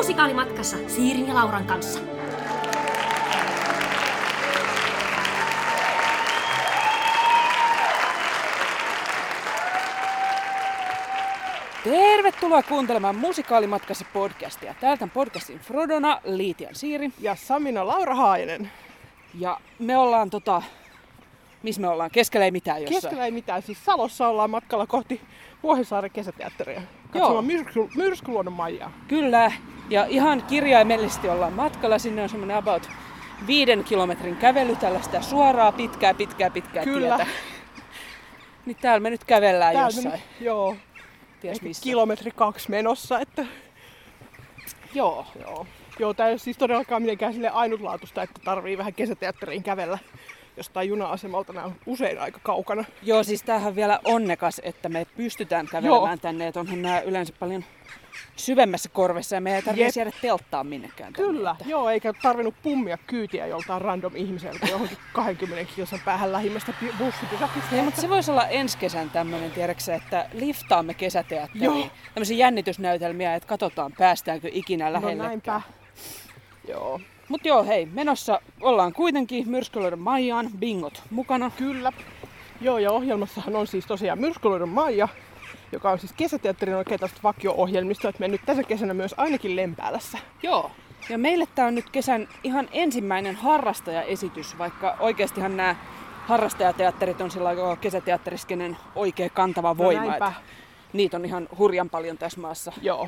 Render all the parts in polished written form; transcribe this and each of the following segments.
Musikaalimatkassa Siirin ja Lauran kanssa. Tervetuloa kuuntelemaan Musikaalimatkassa podcastia. Täältä on podcastin Frodona Liitian Siiri. Ja Samina Laura Haajanen. Ja me ollaan missä me ollaan? Keskellä ei mitään jossain. Keskellä ei mitään. Siis Salossa ollaan matkalla kohti Vuohensaaren kesäteatteria. Katsomaan Myrskyluodon Maijaa. Kyllä. Ja ihan kirjaimellisesti ollaan matkalla. Sinne on semmoinen about 5 kilometrin kävely, tällaista suoraa, pitkää Kyllä. tietä. Niin täällä me nyt kävellään jossain. Joo. Kilometri 2 menossa, että... Joo. Tää ei ole siis todellakaan mitenkään sille ainutlaatuista, että tarvii vähän kesäteatteriin kävellä jostain juna-asemalta. Nämä on usein aika kaukana. Joo, siis tämähän on vielä onnekas, että me pystytään kävelemään tänne, että onhan nämä yleensä paljon syvemmässä korvessa ja me ei tarvitse jäädä telttaan minnekään. Kyllä, eikä tarvinnut pummia kyytiä joltain random ihmiseltä johonkin 20 kilsan päähän lähimmästä bussipysäkistä. Mutta se voisi olla ensi kesän tämmöinen, tiedäksä, että liftaamme kesäteatteriin. Tämmöisiä jännitysnäytelmiä, että katsotaan päästäänkö ikinä lähellekään. No näinpä. Joo. Mut hei, menossa ollaan kuitenkin Myrskyluodon Maijaan, bingot mukana. Kyllä. Joo, ja ohjelmassahan on siis tosiaan Myrskyluodon Maija, joka on siis kesäteatterin oikein tästä vakio-ohjelmista, että me nyt tässä kesänä myös ainakin Lempäälässä. Joo. Ja meille tää on nyt kesän ihan ensimmäinen harrastajaesitys, vaikka oikeastihan nämä harrastajateatterit on sillä lailla kesäteatteriskenen oikea kantava voima. Niitä on ihan hurjan paljon tässä maassa. Joo.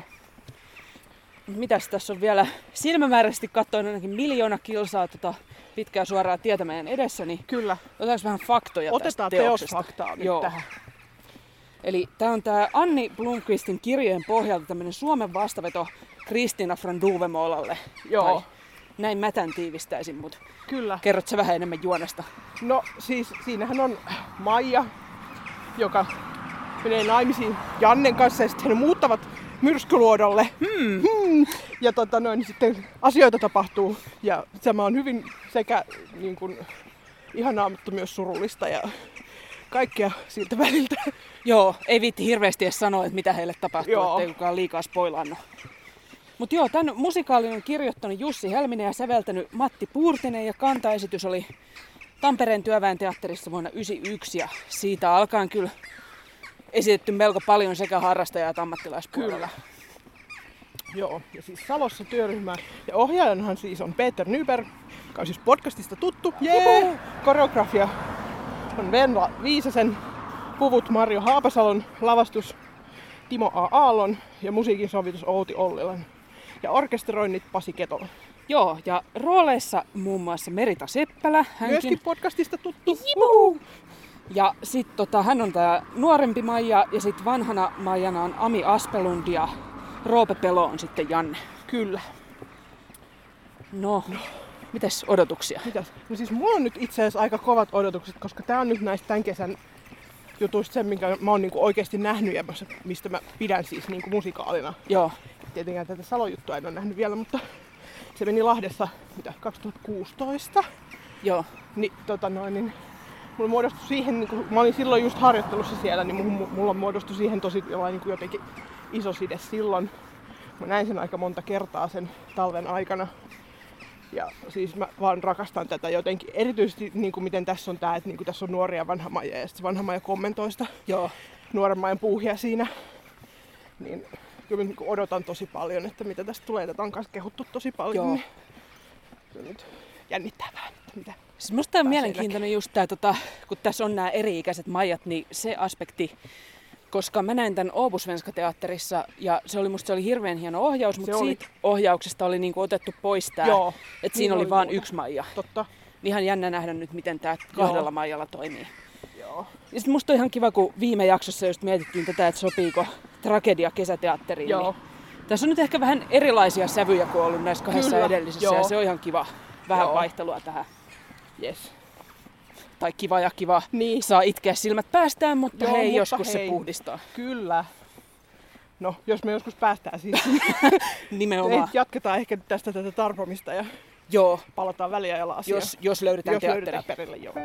Mitäs tässä on vielä silmämääräisesti katsoen ainakin 1 000 000 kilsaa pitkää suoraa tietä meidän edessä, niin kyllä. Otetaanko vähän faktoja tästä teoksesta? Otetaan teosfaktaa nyt tähän. Eli tää on tää Anni Blomqvistin kirjojen pohjalta tämmönen Suomen vastaveto Kristina från Duvemålalle. Joo. Tai näin mä tän tiivistäisin, mut kyllä. Kerrot sä vähän enemmän juonesta? No siis siinähän on Maija, joka menee naimisiin Jannen kanssa ja sitten he muuttavat Myrskyluodolle. Ja niin sitten asioita tapahtuu ja tämä on hyvin sekä niin kuin ihanaa, mutta myös surullista ja kaikkea siltä väliltä. Joo, ei viitti hirveästi edes sanoa, että mitä heille tapahtuu, ettei kukaan liikaa spoilannut. Mut tän musikaalin on kirjoittanut Jussi Helminen ja säveltänyt Matti Puurtinen ja kantaesitys oli Tampereen työväen teatterissa vuonna 1991 ja siitä alkaen kyllä esitetty melko paljon sekä harrastajaa että ammattilaispuolella. Kyllä. Joo, ja siis Salossa työryhmä ja ohjaajanhan siis on Peter Nyberg, joka on siis podcastista tuttu. Jee! Koreografia on Venla Viisasen, puvut Marjo Haapasalon, lavastus Timo A. Aallon ja musiikin sovitus Outi Ollilan ja orkesteroinnit Pasi Ketola. Joo, ja rooleissa muun muassa Merita Seppälä. Myöskin podcastista tuttu. Ja sit hän on tää nuorempi Maija ja sit vanhana Maijana on Ami Aspelund ja Roope Pelo on sitten Janne. Kyllä. No. Mitäs odotuksia? No siis mulla on nyt itse asiassa aika kovat odotukset, koska tää on nyt näistä tämän kesän jutuista sen, minkä mä oon niinku oikeesti nähnyt ja mistä mä pidän siis niinku musikaalina. Joo. Tietenkään tätä Salojuttua en ole nähnyt vielä, mutta se meni Lahdessa 2016. Joo. Niin niin mulla muodostui siihen, niin kun mä olin silloin just harjoittelussa siellä, niin mulla muodostui siihen tosi niin jotenkin iso side silloin. Mä näin sen aika monta kertaa sen talven aikana. Ja siis mä vaan rakastan tätä jotenkin. Erityisesti niin kuin miten tässä on tää, että niin kuin tässä on nuoria ja vanha Maija ja sitten vanha Maija kommentoi sitä nuoren Maijan puuhia siinä. Niin kyllä mä niin kuin odotan tosi paljon, että mitä tästä tulee. Tätä on kanssa kehuttu tosi paljon. Niin se nyt jännittää vähän, että mitä. Siis musta on mielenkiintoinen just tää, kun tässä on nämä eri-ikäiset Maijat, niin se aspekti, koska mä näin tämän Åbosvenska teatterissa ja musta se oli hirveän hieno ohjaus, mutta siitä ohjauksesta oli niinku otettu pois tää, että siinä oli vaan yksi Maija. Totta. Ihan jännä nähdä nyt, miten tää 2 Maijalla toimii. Joo. Ja sit musta on ihan kiva, kun viime jaksossa just mietittiin tätä, että sopiiko tragedia kesäteatteriin. Joo. Niin tässä on nyt ehkä vähän erilaisia sävyjä kuin ollut näissä 2 edellisessä ja se on ihan kiva. Vähän vaihtelua tähän. Yes. Tai kiva ja kiva. Niin. Saa itkeä silmät päästään, mutta joskus se puhdistaa. Kyllä. No, jos me joskus päästään siis. Nimenomaan. Jatketaan ehkä tästä tätä tarpomista ja palataan väliajalla asiaan. Jos löydetään teatteri. Löydetään perille, joo.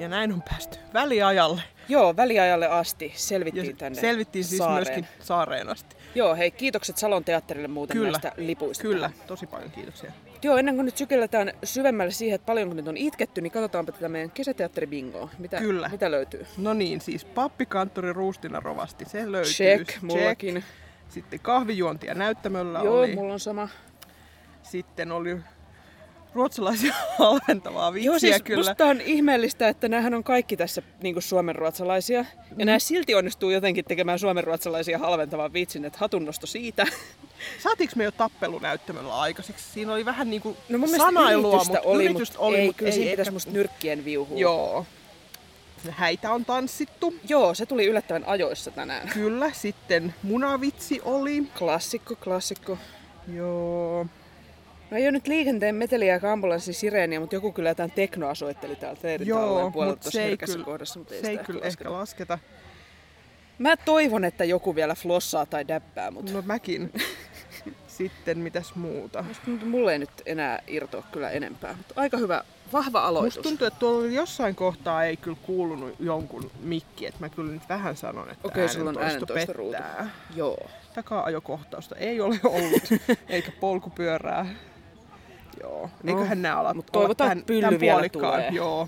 Ja näin on päästy väliajalle. Joo, väliajalle asti selvittiin tänne Selvittiin siis saareen. myöskin saareen asti. Joo, hei, kiitokset Salon teatterille muuten näistä lipuista. Kyllä, tosi paljon kiitoksia. Joo, ennen kuin nyt sykelletään syvemmälle siihen, että paljonko nyt on itketty, niin katsotaanpa tätä meidän kesäteatteribingoa. Mitä löytyy? No niin, siis pappikanttori Ruustina Rovasti, se löytyy. Check, mullakin. Sitten kahvijuontia näyttämöllä Joo, oli. mulla on sama. Sitten oli ruotsalaisia halventavaa vitsiä. Joo, siis kyllä. musta on ihmeellistä, että näähän on kaikki tässä niin suomenruotsalaisia. Ja nää silti onnistuu jotenkin tekemään suomenruotsalaisia halventavaa vitsin, että hatunnosto siitä. Saatiinko me jo tappelunäyttämöllä aikaiseksi? Siinä oli vähän niinku No mun sanailua, mutta yritystä oli, ei, mutta kyllä siinä pitäisi musta nyrkkien viuhua. Joo. Häitä on tanssittu. Joo, se tuli yllättävän ajoissa tänään. Kyllä, sitten munavitsi oli. Klassikko. Joo. No ei ole nyt liikenteen meteliä ja ambulanssin sireeniä, mutta joku kyllä jotain teknoa soitteli täältä leirintäalueen puolelta tuossa herkässä kohdassa. Mutta se ei kyllä ehkä lasketa. Mä toivon, että joku vielä flossaa tai däppää, mutta... No mäkin. Sitten mitäs muuta? Mulle ei nyt enää irtoa kyllä enempää, mutta aika hyvä, vahva aloitus. Musta tuntuu, että tuolla jossain kohtaa ei kyllä kuulunut jonkun mikki, että mä kyllä nyt vähän sanon, että äänentoisto pettää. Joo. Taka-ajokohtausta ei ole ollut, eikä polkupyörää. Joo. No, eiköhän nää alat mutta toivotaan pylly vielä tulee. Joo.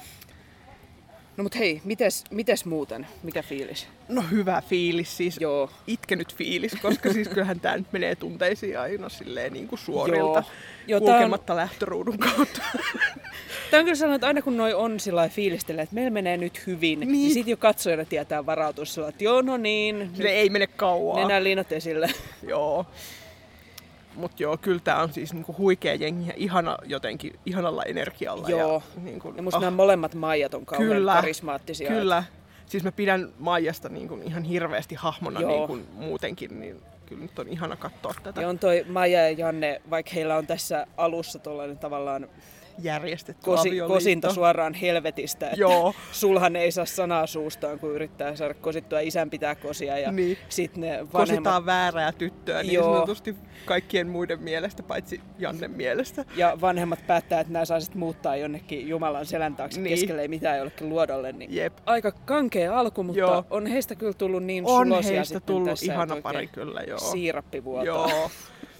No mut hei, mites muuten? Mikä fiilis? No hyvä fiilis, siis Joo. Itkenyt fiilis, koska siis kyllähän tää nyt menee tunteisiin aina silleen niin kuin suorilta, Joo, kulkematta lähtöruudun kautta. Tämä on kyllä sellainen, että aina kun noi on sillä fiilistellä, että meillä menee nyt hyvin, niin sit jo katsojana tietää varautua sillä, että joo, no niin. Se ei mene kauaa. Nenäliinat esille. Joo. Mut joo, kyllä tää on siis niinku huikea jengi ja ihana jotenkin, ihanalla energialla. Joo. Ja musta nämä molemmat Maijat on kauhean karismaattisia. Kyllä. Siis mä pidän Maijasta niinku ihan hirveästi hahmona niinku muutenkin, niin kyllä nyt on ihana katsoa tätä. Ja on toi Maija ja Janne, vaikka heillä on tässä alussa tollainen tavallaan järjestetty kosinta suoraan helvetistä. Että joo. Sulhan ei saa sanaa suustaan, kun yrittää saada kosittua. Isän pitää kosia ja sit ne vanhemmat... Kositaan väärää tyttöä niin sanotusti kaikkien muiden mielestä, paitsi Jannen mielestä. Ja vanhemmat päättää, että nämä saa sit muuttaa jonnekin Jumalan selän taakse keskelle ei mitään jollekin luodolle. Niin aika kankea alku, mutta on heistä kyllä tullut niin sulosia sitten heistä tullut tässä. Ihana pari kyllä, joo. Siirappi vuotaa. Joo.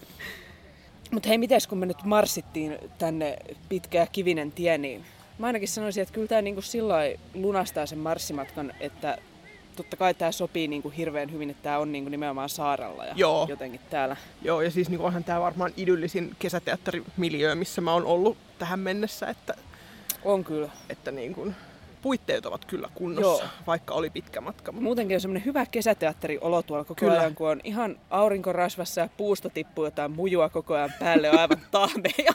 Mutta hei, mites kun me nyt marssittiin tänne pitkä ja kivinen tie, niin mä ainakin sanoisin, että kyllä tää niinku sillai lunastaa sen marssimatkan, että totta kai tää sopii niinku hirveän hyvin, että tää on niinku nimenomaan saarella ja jotenkin täällä. Joo, ja siis niinku onhan tää varmaan idyllisin kesäteatterimiljöö, missä mä oon ollut tähän mennessä, että on kyllä. Että niinku puitteet ovat kyllä kunnossa, vaikka oli pitkä matka. Muutenkin on semmoinen hyvä kesäteatteriolo tuolla koko ajan, kun on ihan aurinkorasvassa ja puusta tippuu jotain mujua koko ajan päälle, on aivan tahmeja.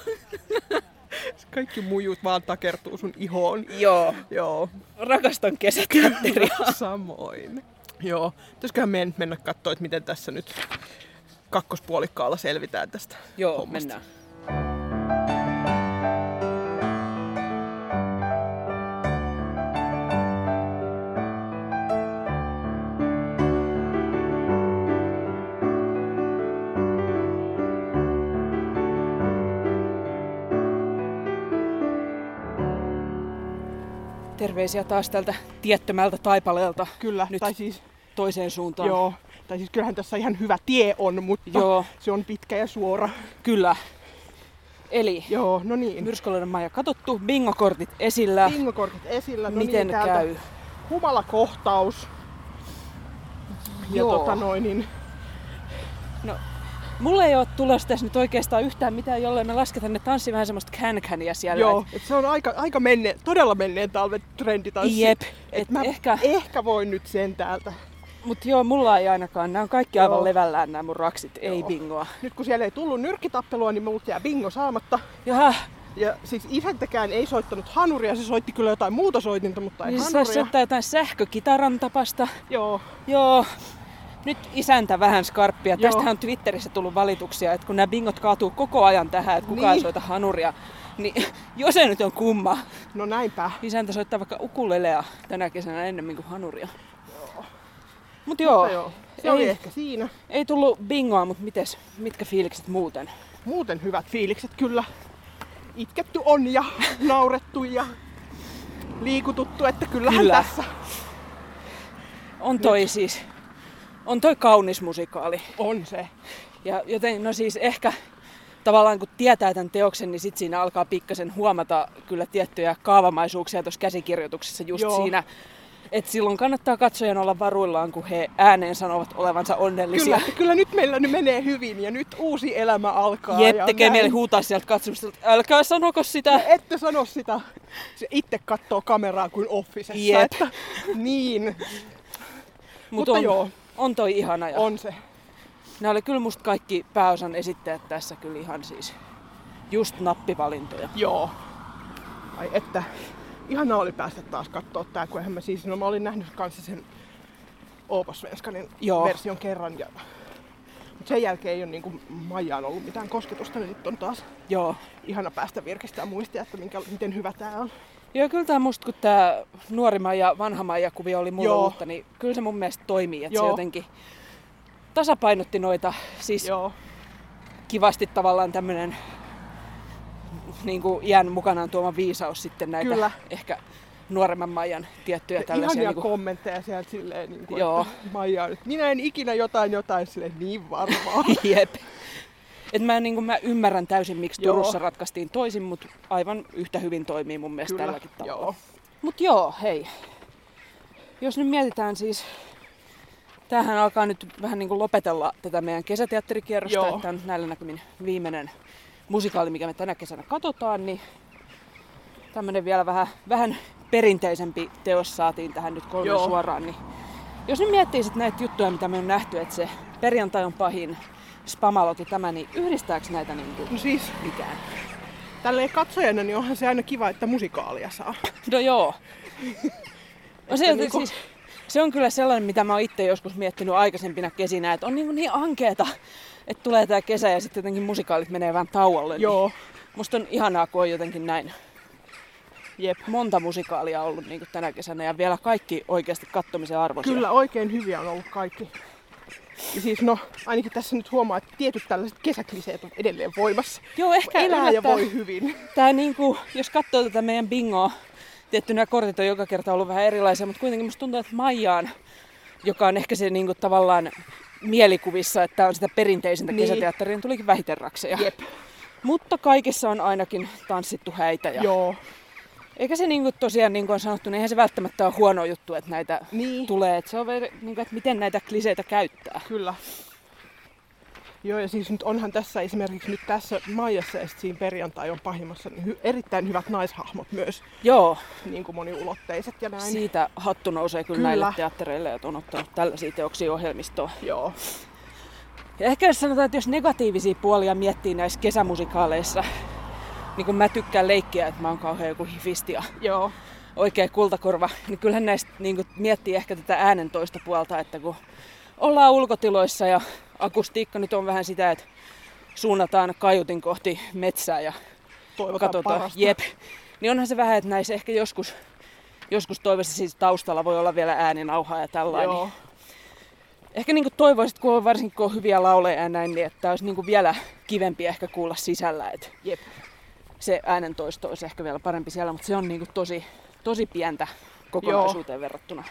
Kaikki mujut vaan takertuu sun ihoon. Joo. Rakastan kesäteatteria. Samoin. Joo. Pitäisiköhän meidän mennä katsoa, että miten tässä nyt kakkospuolikkaalla selvitään tästä hommasta. Mennään. Terveisiä taas tältä tiettömältä taipaleelta. Kyllä, nyt tai siis toiseen suuntaan. Joo, tai siis kyllähän tässä ihan hyvä tie on, mutta se on pitkä ja suora. Kyllä. Eli no niin. Myrskoloiden Maija katsottu, bingokortit esillä. Bingokortit esillä. No miten niin, käy? Humalakohtaus. Ja No, mulla ei ole tulossa tässä nyt oikeastaan yhtään mitään, jollei me lasketaan ne tanssi vähän semmoista can-cania siellä. Joo, et se on aika todella menneen talven trenditanssi. Jep. Ehkä voin nyt sen täältä. Mut mulla ei ainakaan. Nämä on kaikki aivan levällään nämä mun raksit, ei bingoa. Nyt kun siellä ei tullut nyrkkitappelua, niin multa jää bingo saamatta. Jaha. Ja siis isäntäkään ei soittanut hanuria, se soitti kyllä jotain muuta soitinta, mutta ei hanuria. Se soittaa jotain sähkökitaran tapasta. Joo. Nyt isäntä vähän skarppia. Tästähän on Twitterissä tullut valituksia, että kun nämä bingot kaatuu koko ajan tähän, että kukaan ei soita hanuria, niin jos se nyt on kumma. No näinpä. Isäntä soittaa vaikka ukulelea tänä kesänä ennemmin kuin hanuria. Mutta se oli ehkä siinä. Ei tullut bingoa, mutta mitkä fiilikset muuten? Muuten hyvät fiilikset kyllä. Itketty on ja naurettu ja liikututtu, että kyllähän Kyllä. tässä. On toi kaunis musikaali. On se. Ja joten, no siis ehkä tavallaan kun tietää tämän teoksen, niin sit siinä alkaa pikkasen huomata kyllä tiettyjä kaavamaisuuksia tuossa käsikirjoituksessa just Joo. siinä, että silloin kannattaa katsojan olla varuillaan, kun he ääneen sanovat olevansa onnellisia. Kyllä nyt meillä nyt menee hyvin ja nyt uusi elämä alkaa. Jep, ja tekee näin. mieli huutaa sieltä katsomista, että älkää sanoko sitä. Ette sano sitä. Se itse katsoo kameraa kuin Officessa. Jep. Että, niin. Mutta joo. on toi ihana. Ja On se. nämä oli kyllä musta kaikki pääosan esittäjät tässä kyllä ihan siis just nappivalintoja. Joo. Ai että. Ihanaa oli päästä taas katsoa tää, kun eihän mä olin nähnyt kanssa sen Oopasvenskanin Joo. version kerran. Mutta sen jälkeen ei ole niinku Maijaan ollut mitään kosketusta, niin nyt on taas Joo. ihana päästä virkistämään muistia, että miten hyvä tää on. Joo, kyllä tää musta, kun tää nuori Maija, vanha Maija kuvio oli mulle Joo. uutta, niin kyllä se mun mielestä toimii. Että se Joo. jotenkin tasapainotti noita, siis Joo. kivasti tavallaan tämmönen niin kuin iän mukanaan tuoma viisaus sitten näitä Kyllä. ehkä nuoremman Maijan tiettyjä tällaisia. Ihania Niin kuin, kommentteja sieltä silleen, niin kuin, Joo. että Maija on, että minä en ikinä jotain silleen niin varmaan. jep. Et mä ymmärrän täysin, miksi Joo. Turussa ratkaistiin toisin, mutta aivan yhtä hyvin toimii mun mielestä Kyllä, tälläkin tavalla. joo. Mut joo, hei. Jos nyt mietitään siis, tämähän alkaa nyt vähän niin kuin lopetella tätä meidän kesäteatterikierrosta, Joo. että tämä on näillä näkymin viimeinen musikaali, mikä me tänä kesänä katsotaan, niin tämmönen vielä vähän perinteisempi teos saatiin tähän nyt 3 Joo. suoraan. Niin jos nyt miettii sit näitä juttuja, mitä me on nähty, että se Perjantai on pahin, Spamalot ja tämä, niin yhdistääkö näitä niin kuin No siis, mikään? tälleen katsojana, niin onhan se aina kiva, että musikaalia saa. No joo. No se, niinku- siis, se on kyllä sellainen, mitä mä oon itse joskus miettinyt aikaisempina kesinä, että on niin ankeeta, että tulee tää kesä ja sitten jotenkin musikaalit menee vähän tauolle. Joo. Niin musta on ihanaa, kun on jotenkin näin Jep. monta musikaalia ollut niin kuin tänä kesänä ja vielä kaikki oikeasti kattomisen arvoisia. Kyllä oikein hyviä on ollut kaikki. Ja siis no, ainakin tässä nyt huomaa, että tietyt tällaiset kesäkliseet on edelleen voimassa. Joo, ehkä Elää ja yllättää. voi hyvin. Tää niinku, jos katsoo tätä meidän bingoa, tietty nämä kortit on joka kerta ollut vähän erilaisia, mutta kuitenkin musta tuntuu, että Maijaan, joka on ehkä se niinku tavallaan mielikuvissa, että tää on sitä perinteisintä Niin. kesäteatteria, niin tulikin vähiten rakseja. Jep. Mutta kaikissa on ainakin tanssittu häitä. Ja Joo. eikä se niinku tosiaan, niin kuin on sanottu, niin eihän se välttämättä ole huono juttu, että näitä Niin. tulee. Että se on niinku, että miten näitä kliseitä käyttää. Kyllä. Joo, ja siis nyt onhan tässä esimerkiksi nyt tässä Maijassa ja siinä Perjantai on pahimmassa niin erittäin hyvät naishahmot myös, Joo, niin kuin moniulotteiset ja näin. siitä hattu nousee kyllä Kyllä. näille teattereille, että on ottanut tällaisia teoksia ohjelmistoon. Joo. Ja ehkä jos sanotaan, että jos negatiivisia puolia miettii näissä kesämusikaaleissa, niin kun mä tykkään leikkiä, että mä oon kauhean joku hifisti ja Joo. oikea kultakorva, niin kyllähän näistä niin kun miettii ehkä tätä äänentoista puolta, että kun ollaan ulkotiloissa ja akustiikka nyt on vähän sitä, että suunnataan kaiutin kohti metsää ja Toivotaan katsotaan, parasta. jep, niin onhan se vähän, että näissä ehkä joskus toivossa siis taustalla voi olla vielä ääninauhaa ja tällainen. Joo. Ehkä niin toivoisit, varsinkin kun on hyviä lauleja ja näin, niin että olisi niin vielä kivempi ehkä kuulla sisällä. Että Jep. se äänentoisto olisi ehkä vielä parempi siellä, mutta se on niin tosi pientä kokonaisuuteen verrattuna.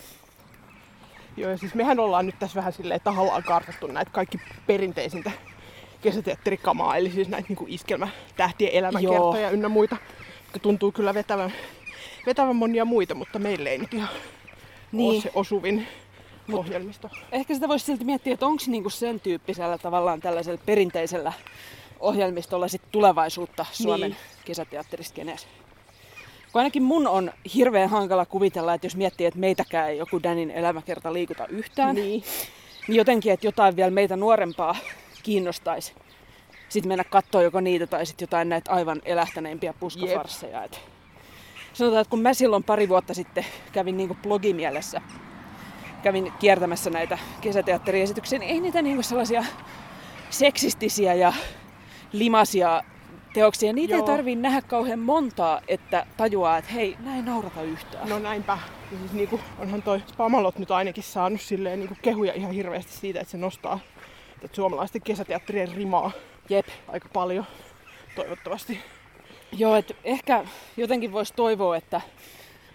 Joo, ja siis mehän ollaan nyt tässä vähän silleen tahallaan kartattu näitä kaikki perinteisintä kesäteatterikamaa, eli siis näitä niinku iskelmätähtien elämänkertoja ynnä muita, jotka tuntuu kyllä vetävän monia muita, mutta meille ei nyt ihan ole se osuvin ohjelmisto. Ehkä sitä voisi silti miettiä, että onko niinku sen tyyppisellä tavallaan tällaisella perinteisellä ohjelmistolla sit tulevaisuutta Suomen kesäteatteriskeneessä. Kun ainakin mun on hirveän hankala kuvitella, että jos miettii, että meitäkään ei joku Danin elämäkerta liikuta yhtään, niin jotenkin, että jotain vielä meitä nuorempaa kiinnostaisi. Sitten mennä kattoo joko niitä tai sitten jotain näitä aivan elähtäneimpiä puskafarsseja. Et sanotaan, että kun mä silloin 2 vuotta sitten kävin niinku blogimielessä, kävin kiertämässä näitä kesäteatteriesityksiä, niin ei niitä niinku sellaisia seksistisiä ja limasia teoksia. Niitä ei tarvii nähdä kauhean montaa, että tajuaa, että hei, näin ei naurata yhtään. No näinpä. Ja siis niinku, onhan toi Spamalot nyt ainakin saanut silleen niinku kehuja ihan hirveästi siitä, että se nostaa suomalaisten kesäteatterien rimaa. Jep. Aika paljon, toivottavasti. Joo, että ehkä jotenkin voisi toivoa, että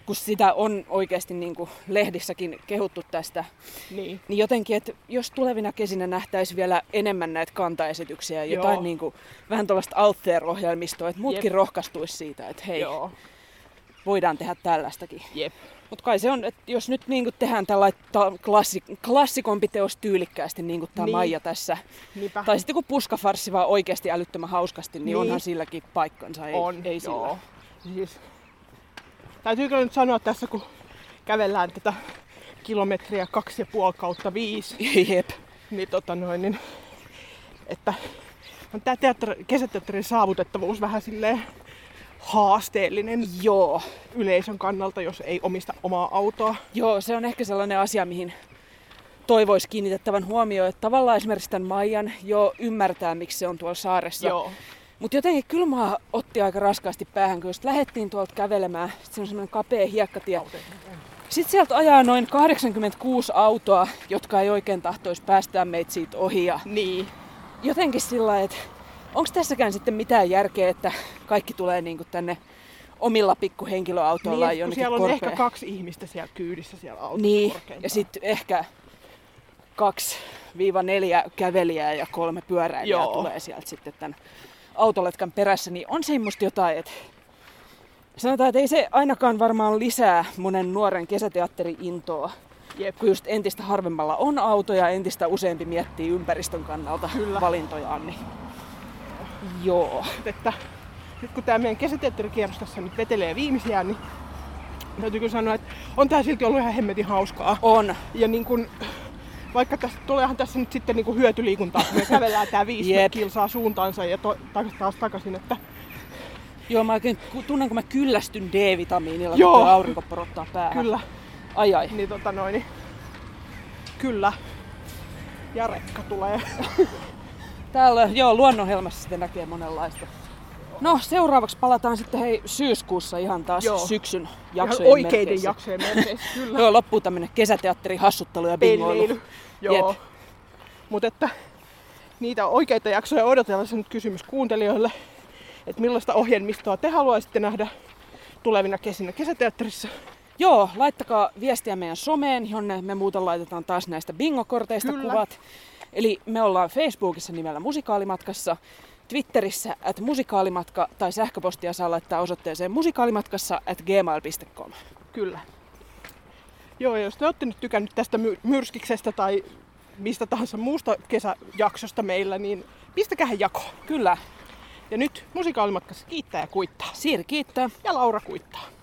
kun sitä on oikeasti niin kuin lehdissäkin kehuttu tästä, niin jotenkin, että jos tulevina kesinä nähtäisiin vielä enemmän näitä kantaesityksiä, jotain niin kuin, vähän tuollaista out there-ohjelmistoa, että muutkin rohkaistuisi siitä, että hei, voidaan tehdä tällaistakin. Mutta kai se on, että jos nyt niin kuin tehdään tällainen klassikompi teos tyylikkäästi, niin kuin tämä Maija tässä, tai sitten kun puskafarssi vaan oikeasti älyttömän hauskasti, niin onhan silläkin paikkansa, ei sillä. Siis, täytyykö nyt sanoa tässä, kun kävellään tätä kilometriä 2,5/5, niin, että on tämä kesäteatterin saavutettavuus vähän silleen haasteellinen yleisön kannalta, jos ei omista omaa autoa. Joo, se on ehkä sellainen asia, mihin toivoisi kiinnitettävän huomioon, että tavallaan esimerkiksi tämän Maijan jo ymmärtää, miksi se on tuolla saaressa. Mutta jotenkin kylmää otti aika raskaasti päähän, kun just lähdettiin tuolta kävelemään. Sitten se on semmoinen kapea hiekkatie. Sitten sieltä ajaa noin 86 autoa, jotka ei oikein tahtoisi päästää meitä siitä ohi. Ja jotenkin sillä lailla, että onko tässäkään sitten mitään järkeä, että kaikki tulee niinku tänne omilla pikkuhenkilöautoilla jonnekin siellä on korpeen. ehkä 2 ihmistä siellä kyydissä siellä autossa korkeintaan. Ja sitten ehkä 2-4 kävelijää ja 3 pyöräilijää tulee sieltä sitten tämän autoletkan perässä, niin on semmoista jotain, että sanotaan, että ei se ainakaan varmaan lisää monen nuoren kesäteatteri-intoa, kun just entistä harvemmalla on autoja, entistä useampi miettii ympäristön kannalta valintojaan. Niin. Että nyt kun tämä meidän kesäteatterikierros tässä nyt vetelee viimeisiään, niin täytyy sanoa, että on tää silti ollut ihan hemmetin hauskaa. On. Ja niin kun, vaikka tuleehan tässä nyt sitten niin kun hyötyliikuntaa, kun me kävellään tää 5 kilsaa suuntaansa ja taas takaisin, että joo, mä oikein tunnen, kun mä kyllästyn D-vitamiinilla, kun tuo aurinko porottaa päähän. Kyllä. Ai. Niin kyllä. Ja rekka tulee. Täällä luonnonhelmassa sitten näkee monenlaista. No, seuraavaksi palataan sitten syyskuussa ihan taas syksyn jaksojen oikeiden merkeissä. jaksojen merkeissä, kyllä. Loppuu tämmönen kesäteatterin hassuttelu ja bingoilu. Mutta että niitä oikeita jaksoja odotellessa nyt kysymys kuuntelijoille, että millaista ohjelmistoa te haluaisitte nähdä tulevina kesinä kesäteatterissa. Joo, laittakaa viestiä meidän someen, jonne me muuten laitetaan taas näistä bingokorteista kuvat. Eli me ollaan Facebookissa nimellä Musikaalimatkassa, Twitterissä @musikaalimatka tai sähköpostia saa laittaa osoitteeseen musikaalimatkassa@gmail.com. Kyllä. Joo, ja jos te olette nyt tykännyt tästä myrskiksestä tai mistä tahansa muusta kesäjaksosta meillä, niin pistäkähän jakoon. Kyllä. Ja nyt Musikaalimatkassa kiittää ja kuittaa. Siiri kiittää. Ja Laura kuittaa.